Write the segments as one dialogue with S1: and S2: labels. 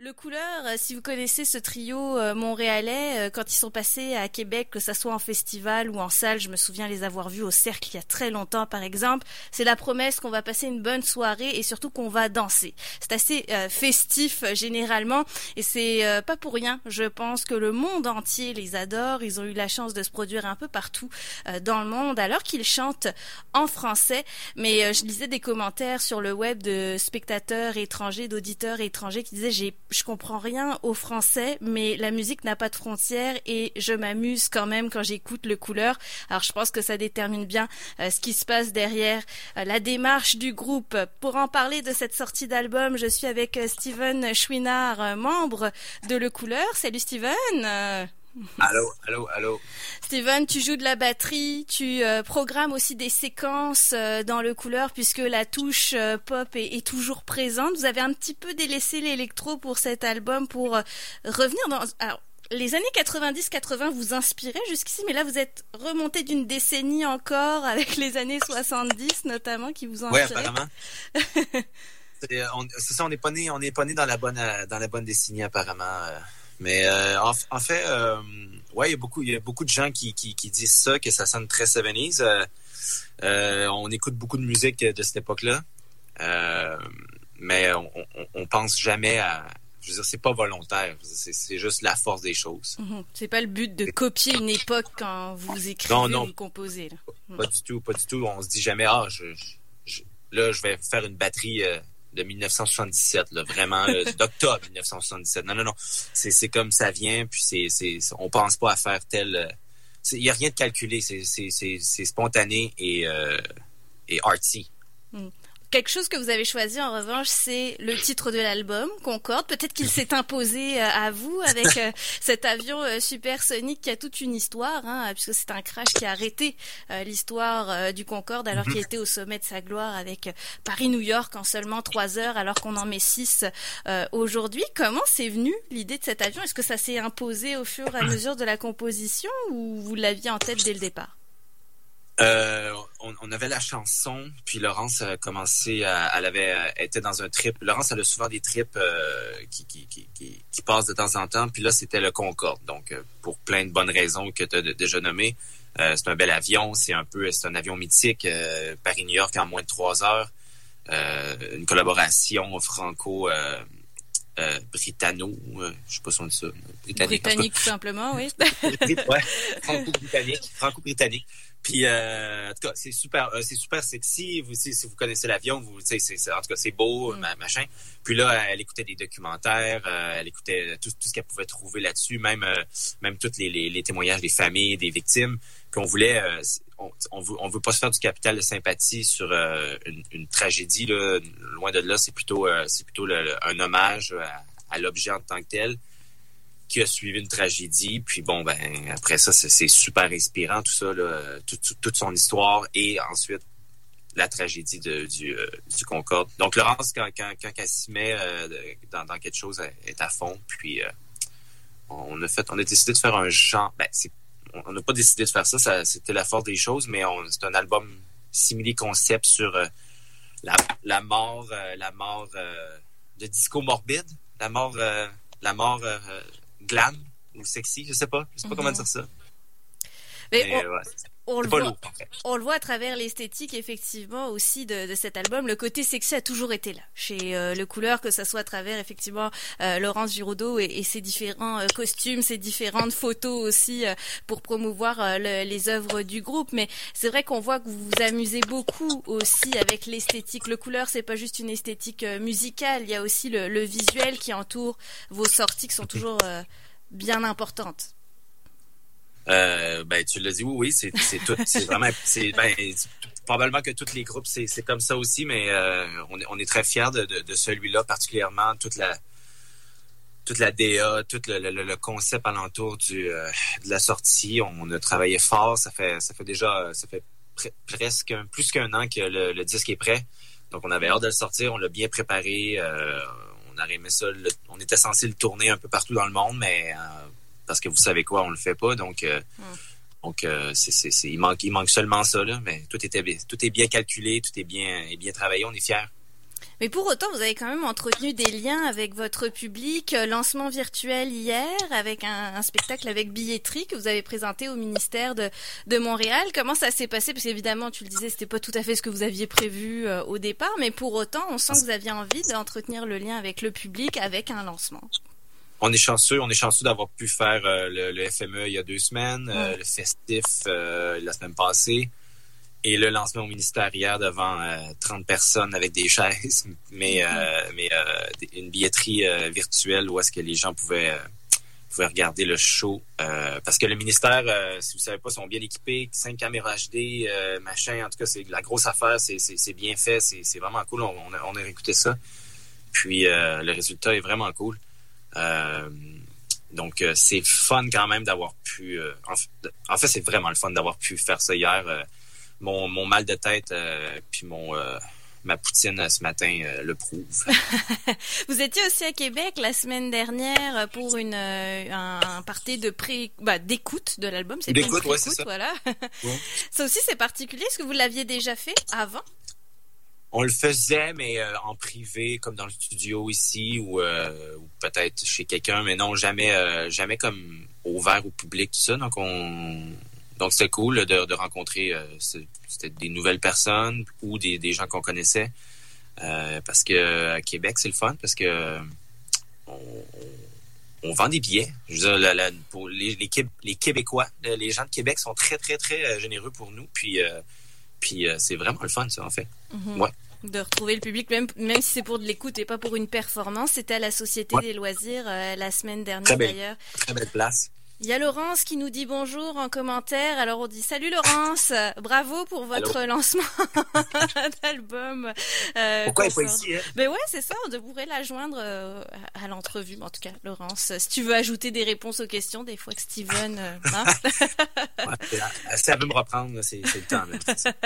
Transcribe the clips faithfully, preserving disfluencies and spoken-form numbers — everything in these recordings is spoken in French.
S1: Le Couleur, euh, si vous connaissez ce trio euh, montréalais, euh, quand ils sont passés à Québec, que ça soit en festival ou en salle, je me souviens les avoir vus au Cercle il y a très longtemps par exemple, c'est la promesse qu'on va passer une bonne soirée et surtout qu'on va danser. C'est assez euh, festif euh, généralement et c'est euh, pas pour rien, je pense que le monde entier les adore. Ils ont eu la chance de se produire un peu partout euh, dans le monde alors qu'ils chantent en français, mais euh, je lisais des commentaires sur le web de spectateurs étrangers, d'auditeurs étrangers qui disaient j'ai je comprends rien au français, mais la musique n'a pas de frontières et je m'amuse quand même quand j'écoute le Couleur. Alors je pense que ça détermine bien euh, ce qui se passe derrière euh, la démarche du groupe. Pour en parler de cette sortie d'album, je suis avec euh, Steven Chouinard, euh, membre de Le Couleur. Salut Steven. Euh...
S2: Allô, allô, allô.
S1: Steven, tu joues de la batterie, tu euh, programmes aussi des séquences euh, dans Le Couleur puisque la touche euh, pop est, est toujours présente. Vous avez un petit peu délaissé l'électro pour cet album pour euh, revenir dans... Alors, les années quatre-vingt-dix quatre-vingts vous inspiraient jusqu'ici, mais là vous êtes remonté d'une décennie encore avec les années soixante-dix notamment qui vous inspiraient.
S2: Oui, apparemment. c'est, on, c'est ça, on n'est pas né, on n'est pas né dans la bonne, dans la bonne décennie apparemment. Euh. Mais euh, en, en fait, euh, ouais, il y a beaucoup, il y a beaucoup de gens qui, qui, qui disent ça, que ça sonne très soixante-dix. Euh, euh, on écoute beaucoup de musique de cette époque-là, euh, mais on, on, on pense jamais à. Je veux dire, c'est pas volontaire. C'est, c'est juste la force des choses.
S1: Mmh. C'est pas le but de copier une époque quand vous écrivez
S2: non, non,
S1: ou composez. Là.
S2: Pas, pas du tout, pas du tout. On se dit jamais, ah, je, je, là, je vais faire une batterie. Euh, de dix-neuf cent soixante-dix-sept, là, vraiment, là, d'octobre dix-neuf cent soixante-dix-sept. Non, non, non. C'est, c'est comme ça vient, puis c'est, c'est, on pense pas à faire tel... Il n'y a rien de calculé. C'est, c'est, c'est, c'est spontané et, euh, et artsy.
S1: Mm. Quelque chose que vous avez choisi, en revanche, c'est le titre de l'album, Concorde. Peut-être qu'il s'est imposé à vous avec euh, cet avion euh, supersonique qui a toute une histoire, hein, puisque c'est un crash qui a arrêté euh, l'histoire euh, du Concorde alors qu'il était au sommet de sa gloire avec euh, Paris-New York en seulement trois heures alors qu'on en met six euh, aujourd'hui. Comment c'est venu l'idée de cet avion? Est-ce que ça s'est imposé au fur et à mesure de la composition ou vous l'aviez en tête dès le départ?
S2: Euh, on, on avait la chanson, puis Laurence a commencé à, elle avait elle était dans un trip. Laurence, elle a souvent des trips euh, qui, qui, qui, qui, qui passent de temps en temps, puis là, c'était le Concorde. Donc, euh, pour plein de bonnes raisons que tu as déjà nommées, euh, c'est un bel avion, c'est un peu, c'est un avion mythique, euh, Paris-New York en moins de trois heures, euh, une collaboration franco euh, euh, britanno, euh, je sais pas si on dit ça,
S1: britannique, britannique tout simplement, oui.
S2: Ouais, franco-britannique, franco-britannique. Puis euh, en tout cas, c'est super, euh, c'est super sexy. Vous, si, si vous connaissez l'avion, vous, c'est, c'est, en tout cas, c'est beau, mm. machin. Puis là, elle écoutait des documentaires, euh, elle écoutait tout, tout ce qu'elle pouvait trouver là-dessus, même, euh, même tous les, les, les témoignages des familles, des victimes. Puis on voulait, euh, on, on veut, on veut pas se faire du capital de sympathie sur euh, une, une tragédie là. Loin de là, c'est plutôt, euh, c'est plutôt le, le, un hommage à, à l'objet en tant que tel, qui a suivi une tragédie, puis bon, ben après ça, c'est, c'est super inspirant, tout ça, là, tout, tout, toute son histoire, et ensuite, la tragédie de, du, euh, du Concorde. Donc, Laurence, quand, quand, quand elle s'y met euh, dans, dans quelque chose, elle est à fond, puis euh, on a fait, on a décidé de faire un genre, ben, c'est, on n'a pas décidé de faire ça, ça, c'était la force des choses, mais on, c'est un album simili-concept sur euh, la, la mort, euh, la mort euh, de Disco Morbide, la mort, euh, la mort... Euh, glam ou sexy, je sais pas. Je sais pas mm-hmm. comment dire ça.
S1: Mais, Mais on, ouais, on, le voit, lourd, en fait. On le voit à travers l'esthétique, effectivement, aussi de, de cet album. Le côté sexy a toujours été là. Chez euh, Le Couleur, que ça soit à travers, effectivement, euh, Laurence Giroudot et, et ses différents euh, costumes, ses différentes photos aussi euh, pour promouvoir euh, le, les œuvres du groupe. Mais c'est vrai qu'on voit que vous vous amusez beaucoup aussi avec l'esthétique. Le Couleur, c'est pas juste une esthétique euh, musicale. Il y a aussi le, le visuel qui entoure vos sorties qui sont toujours euh, bien importantes.
S2: Euh, ben tu l'as dit, oui, oui, c'est, c'est tout, c'est vraiment, c'est ben probablement que tous les groupes c'est, c'est comme ça aussi, mais euh, on est on est très fiers de, de, de celui-là particulièrement, toute la toute la D A, tout le, le, le concept alentour du euh, de la sortie. On a travaillé fort, ça fait ça fait déjà ça fait pre- presque un, plus qu'un an que le, le disque est prêt, donc on avait hâte de le sortir, on l'a bien préparé, euh, on aurait aimé ça, le, on était censé le tourner un peu partout dans le monde, mais euh, parce que vous savez quoi, on le fait pas, donc euh, mm. donc euh, c'est, c'est, c'est il manque il manque seulement ça là, mais tout était tout est bien calculé, tout est bien est bien travaillé, on est fiers.
S1: Mais pour autant, vous avez quand même entretenu des liens avec votre public. Lancement virtuel hier avec un, un spectacle avec billetterie que vous avez présenté au ministère de, de Montréal. Comment ça s'est passé? Parce qu'évidemment, tu le disais, c'était pas tout à fait ce que vous aviez prévu euh, au départ, mais pour autant, on sent que vous aviez envie d'entretenir le lien avec le public avec un lancement.
S2: On est chanceux, on est chanceux d'avoir pu faire euh, le, le F M E il y a deux semaines, euh, ouais. le festif euh, la semaine passée. Et le lancement au ministère hier devant euh, trente personnes avec des chaises, mais, mm-hmm. euh, mais euh, une billetterie euh, virtuelle où est-ce que les gens pouvaient, euh, pouvaient regarder le show. Euh, parce que le ministère, euh, si vous savez pas, sont bien équipés, cinq caméras H D, euh, machin. En tout cas, c'est la grosse affaire, c'est, c'est, c'est bien fait, c'est, c'est vraiment cool. On, on, a, on a réécouté ça. Puis euh, le résultat est vraiment cool. Euh, donc, euh, c'est fun quand même d'avoir pu... Euh, en, fait, en fait, c'est vraiment le fun d'avoir pu faire ça hier. Euh, Mon, mon mal de tête euh, puis mon euh, ma poutine ce matin euh, le prouve.
S1: Vous étiez aussi à Québec la semaine dernière pour une euh, un, un party de pré bah, d'écoute de l'album. C'est
S2: d'écoute,
S1: pas une
S2: ouais, c'est ça.
S1: Voilà.
S2: Ouais.
S1: Ça aussi c'est particulier. Est-ce que vous l'aviez déjà fait avant?
S2: On le faisait, mais euh, en privé, comme dans le studio ici, ou, euh, ou peut-être chez quelqu'un, mais non, jamais, euh, jamais comme ouvert au public, tout ça. Donc on Donc, c'était cool de, de rencontrer euh, c'était des nouvelles personnes ou des, des gens qu'on connaissait. Euh, parce que à Québec, c'est le fun parce que on, on, on vend des billets. Je veux dire, la, la, pour les, les, les Québécois, les gens de Québec sont très, très, très généreux pour nous. Puis, euh, puis euh, c'est vraiment le fun, ça, en fait.
S1: Mm-hmm.
S2: Ouais.
S1: De retrouver le public, même, même si c'est pour de l'écoute et pas pour une performance. C'était à la Société ouais. des loisirs euh, la semaine dernière,
S2: très belle,
S1: d'ailleurs.
S2: Très belle place.
S1: Il y a Laurence qui nous dit bonjour en commentaire. Alors on dit salut Laurence, bravo pour votre Allô. lancement d'album.
S2: Euh, Pourquoi elle n'est pas ici hein?
S1: Ben ouais, c'est ça, on devrait la joindre euh, à l'entrevue. En tout cas, Laurence, si tu veux ajouter des réponses aux questions, des fois que Steven... Euh, hein?
S2: ouais, si elle veut me reprendre, c'est, c'est le temps. Même, c'est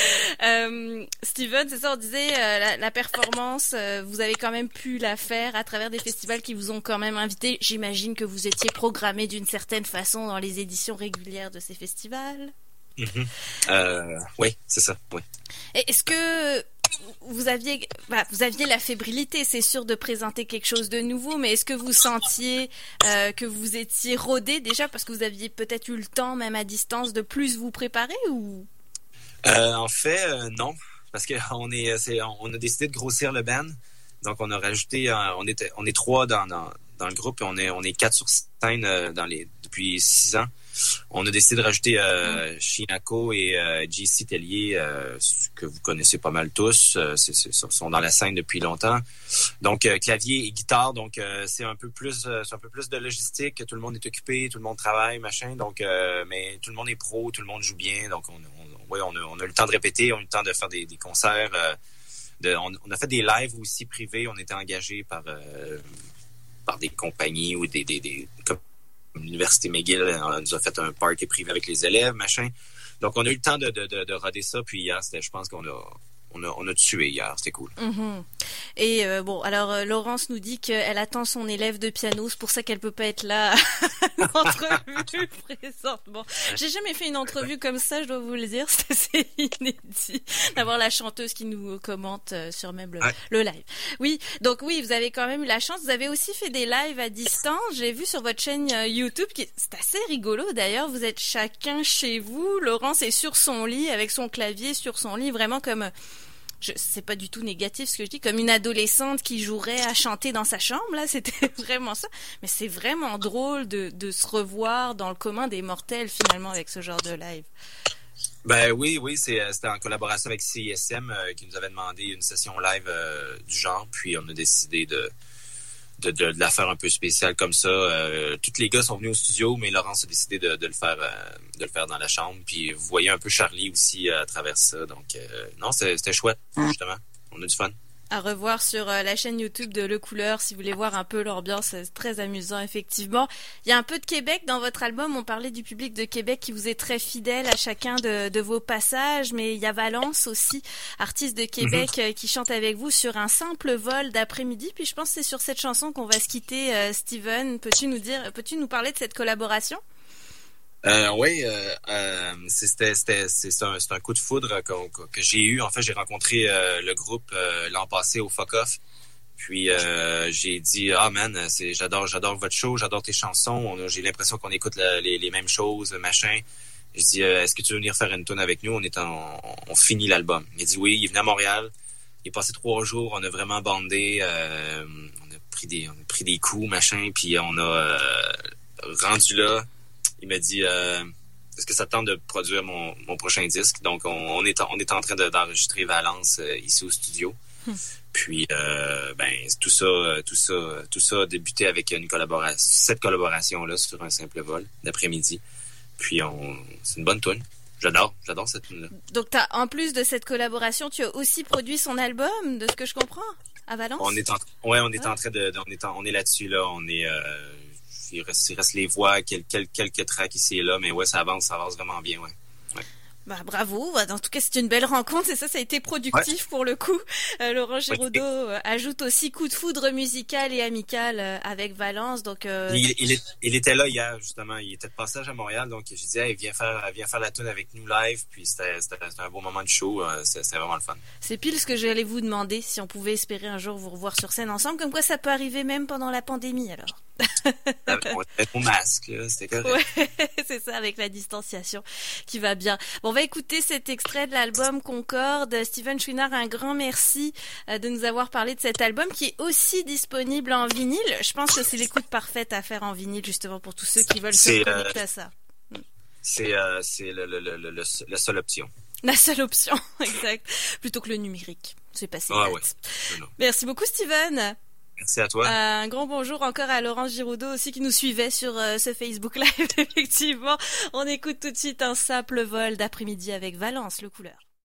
S1: euh, Steven, c'est ça, on disait, euh, la, la performance, euh, vous avez quand même pu la faire à travers des festivals qui vous ont quand même invité. J'imagine que vous étiez programmé d'une certaine certaine façon dans les éditions régulières de ces festivals.
S2: Mm-hmm. Euh, oui, c'est ça. Oui.
S1: Et est-ce que vous aviez, bah, vous aviez la fébrilité, c'est sûr, de présenter quelque chose de nouveau, mais est-ce que vous sentiez euh, que vous étiez rodé déjà parce que vous aviez peut-être eu le temps, même à distance, de plus vous préparer ou?
S2: Euh, en fait, euh, non, parce que on est, c'est, on a décidé de grossir le band, donc on a rajouté, euh, on était, on est trois dans, dans dans le groupe et on est on est quatre sur scène euh, dans les depuis six ans. On a décidé de rajouter euh, Shinako et euh, J C Tellier euh, que vous connaissez pas mal tous, euh, c'est, c'est, sont dans la scène depuis longtemps. Donc euh, clavier et guitare, donc euh, c'est un peu plus euh, c'est un peu plus de logistique, tout le monde est occupé, tout le monde travaille, machin. Donc euh, mais tout le monde est pro, tout le monde joue bien, donc on on, ouais, on, a, on a eu le temps de répéter, on a eu le temps de faire des, des concerts. Euh, de, on, on a fait des lives aussi privés, on était engagés par euh, par des compagnies ou des, des, des comme l'Université McGill, on nous a fait un party privé avec les élèves, machin. Donc, on a eu le temps de, de, de, de roder ça. Puis hier, c'était, je pense qu'on a, on a, on a tué hier. C'était cool.
S1: Mm-hmm. Et euh, bon, alors euh, Laurence nous dit qu'elle attend son élève de piano. C'est pour ça qu'elle peut pas être là à l'entrevue présentement. J'ai jamais fait une entrevue comme ça, je dois vous le dire. C'est assez inédit d'avoir la chanteuse qui nous commente euh, sur même le, ouais. le live. Oui, donc oui, vous avez quand même eu la chance. Vous avez aussi fait des lives à distance. J'ai vu sur votre chaîne euh, YouTube, qui c'est assez rigolo d'ailleurs. Vous êtes chacun chez vous. Laurence est sur son lit avec son clavier sur son lit, vraiment comme... Je, c'est pas du tout négatif ce que je dis, comme une adolescente qui jouerait à chanter dans sa chambre, là, c'était vraiment ça. Mais c'est vraiment drôle de, de se revoir dans le commun des mortels, finalement, avec ce genre de live.
S2: Ben oui, oui, c'est, c'était en collaboration avec C I S M euh, qui nous avait demandé une session live euh, du genre, puis on a décidé de, de, de, de la faire un peu spéciale comme ça. Euh, tous les gars sont venus au studio, mais Laurence a décidé de, de le faire euh, de le faire dans la chambre. Puis vous voyez un peu Charlie aussi euh, à travers ça. Donc euh, non, c'était, c'était chouette, justement. On a du fun.
S1: À revoir sur euh, la chaîne YouTube de Le Couleur si vous voulez voir un peu l'ambiance, c'est très amusant effectivement. Il y a un peu de Québec dans votre album, on parlait du public de Québec qui vous est très fidèle à chacun de, de vos passages, mais il y a Valence aussi, artiste de Québec mm-hmm. euh, qui chante avec vous sur un simple vol d'après-midi, puis je pense que c'est sur cette chanson qu'on va se quitter. euh, Steven, peux-tu nous dire, peux-tu nous parler de cette collaboration?
S2: Euh, oui, euh, euh, c'était c'était c'est un c'est un coup de foudre qu'on- que j'ai eu. En fait, j'ai rencontré euh, le groupe euh, l'an passé au Fuck Off. Puis euh, j'ai dit ah man, c'est j'adore j'adore votre show, j'adore tes chansons. On a- j'ai l'impression qu'on écoute la- les, les mêmes choses, machin. J'ai dit euh, est-ce que tu veux venir faire une tune avec nous? On est en, on, on finit l'album. Il a dit oui. Il venait à Montréal. Il est passé trois jours. On a vraiment bandé. Euh, on a pris des on a pris des coups, machin. Puis on a euh, rendu là. Il m'a dit euh, est-ce que ça te tente de produire mon, mon prochain disque? Donc on, on est en, on est en train de, d'enregistrer Valence euh, ici au studio.
S1: Hmm.
S2: Puis euh, ben tout ça tout ça tout ça a débuté avec une collaboration cette collaboration là sur un simple vol d'après-midi. Puis on c'est une bonne tune. J'adore, j'adore cette tune là.
S1: Donc t'as, en plus de cette collaboration, tu as aussi produit son album, de ce que je comprends, à Valence?
S2: On est en ouais, on est
S1: Ouais.
S2: en train de, de- on est en- on est là-dessus là, on est euh, il reste, il reste les voix, quelques quelques tracks ici et là, mais ouais, ça avance, ça avance vraiment bien, ouais.
S1: Bah bravo, en tout cas c'est une belle rencontre et ça ça a été productif ouais. pour le coup. Euh, Laurent Giroudot euh, ajoute aussi coup de foudre musical et amical euh, avec Valence. Donc euh...
S2: il, il, est, il était là hier justement, il était de passage à Montréal, donc j'ai dit hey, viens faire viens faire la tune avec nous live, puis c'était, c'était, c'était un beau moment de show, euh, c'était, c'était vraiment le fun.
S1: C'est pile ce que j'allais vous demander, si on pouvait espérer un jour vous revoir sur scène ensemble, comme quoi ça peut arriver même pendant la pandémie alors.
S2: On était au masque, là, c'était correct.
S1: Ouais, c'est ça, avec la distanciation qui va bien. Bon, on va écouter cet extrait de l'album Concorde. Steven Chouinard, un grand merci de nous avoir parlé de cet album qui est aussi disponible en vinyle. Je pense que c'est l'écoute parfaite à faire en vinyle justement pour tous ceux qui veulent c'est, se connecter euh, à ça.
S2: C'est, euh, c'est le, le, le, le, la seule option.
S1: La seule option, exact. Plutôt que le numérique. C'est passé
S2: ah,
S1: vite.
S2: Ouais.
S1: Merci beaucoup, Steven.
S2: Merci à toi.
S1: Un grand bonjour encore à Laurent Giroudot aussi qui nous suivait sur euh, ce Facebook Live. Effectivement, on écoute tout de suite un simple vol d'après-midi avec Valence, le couleur.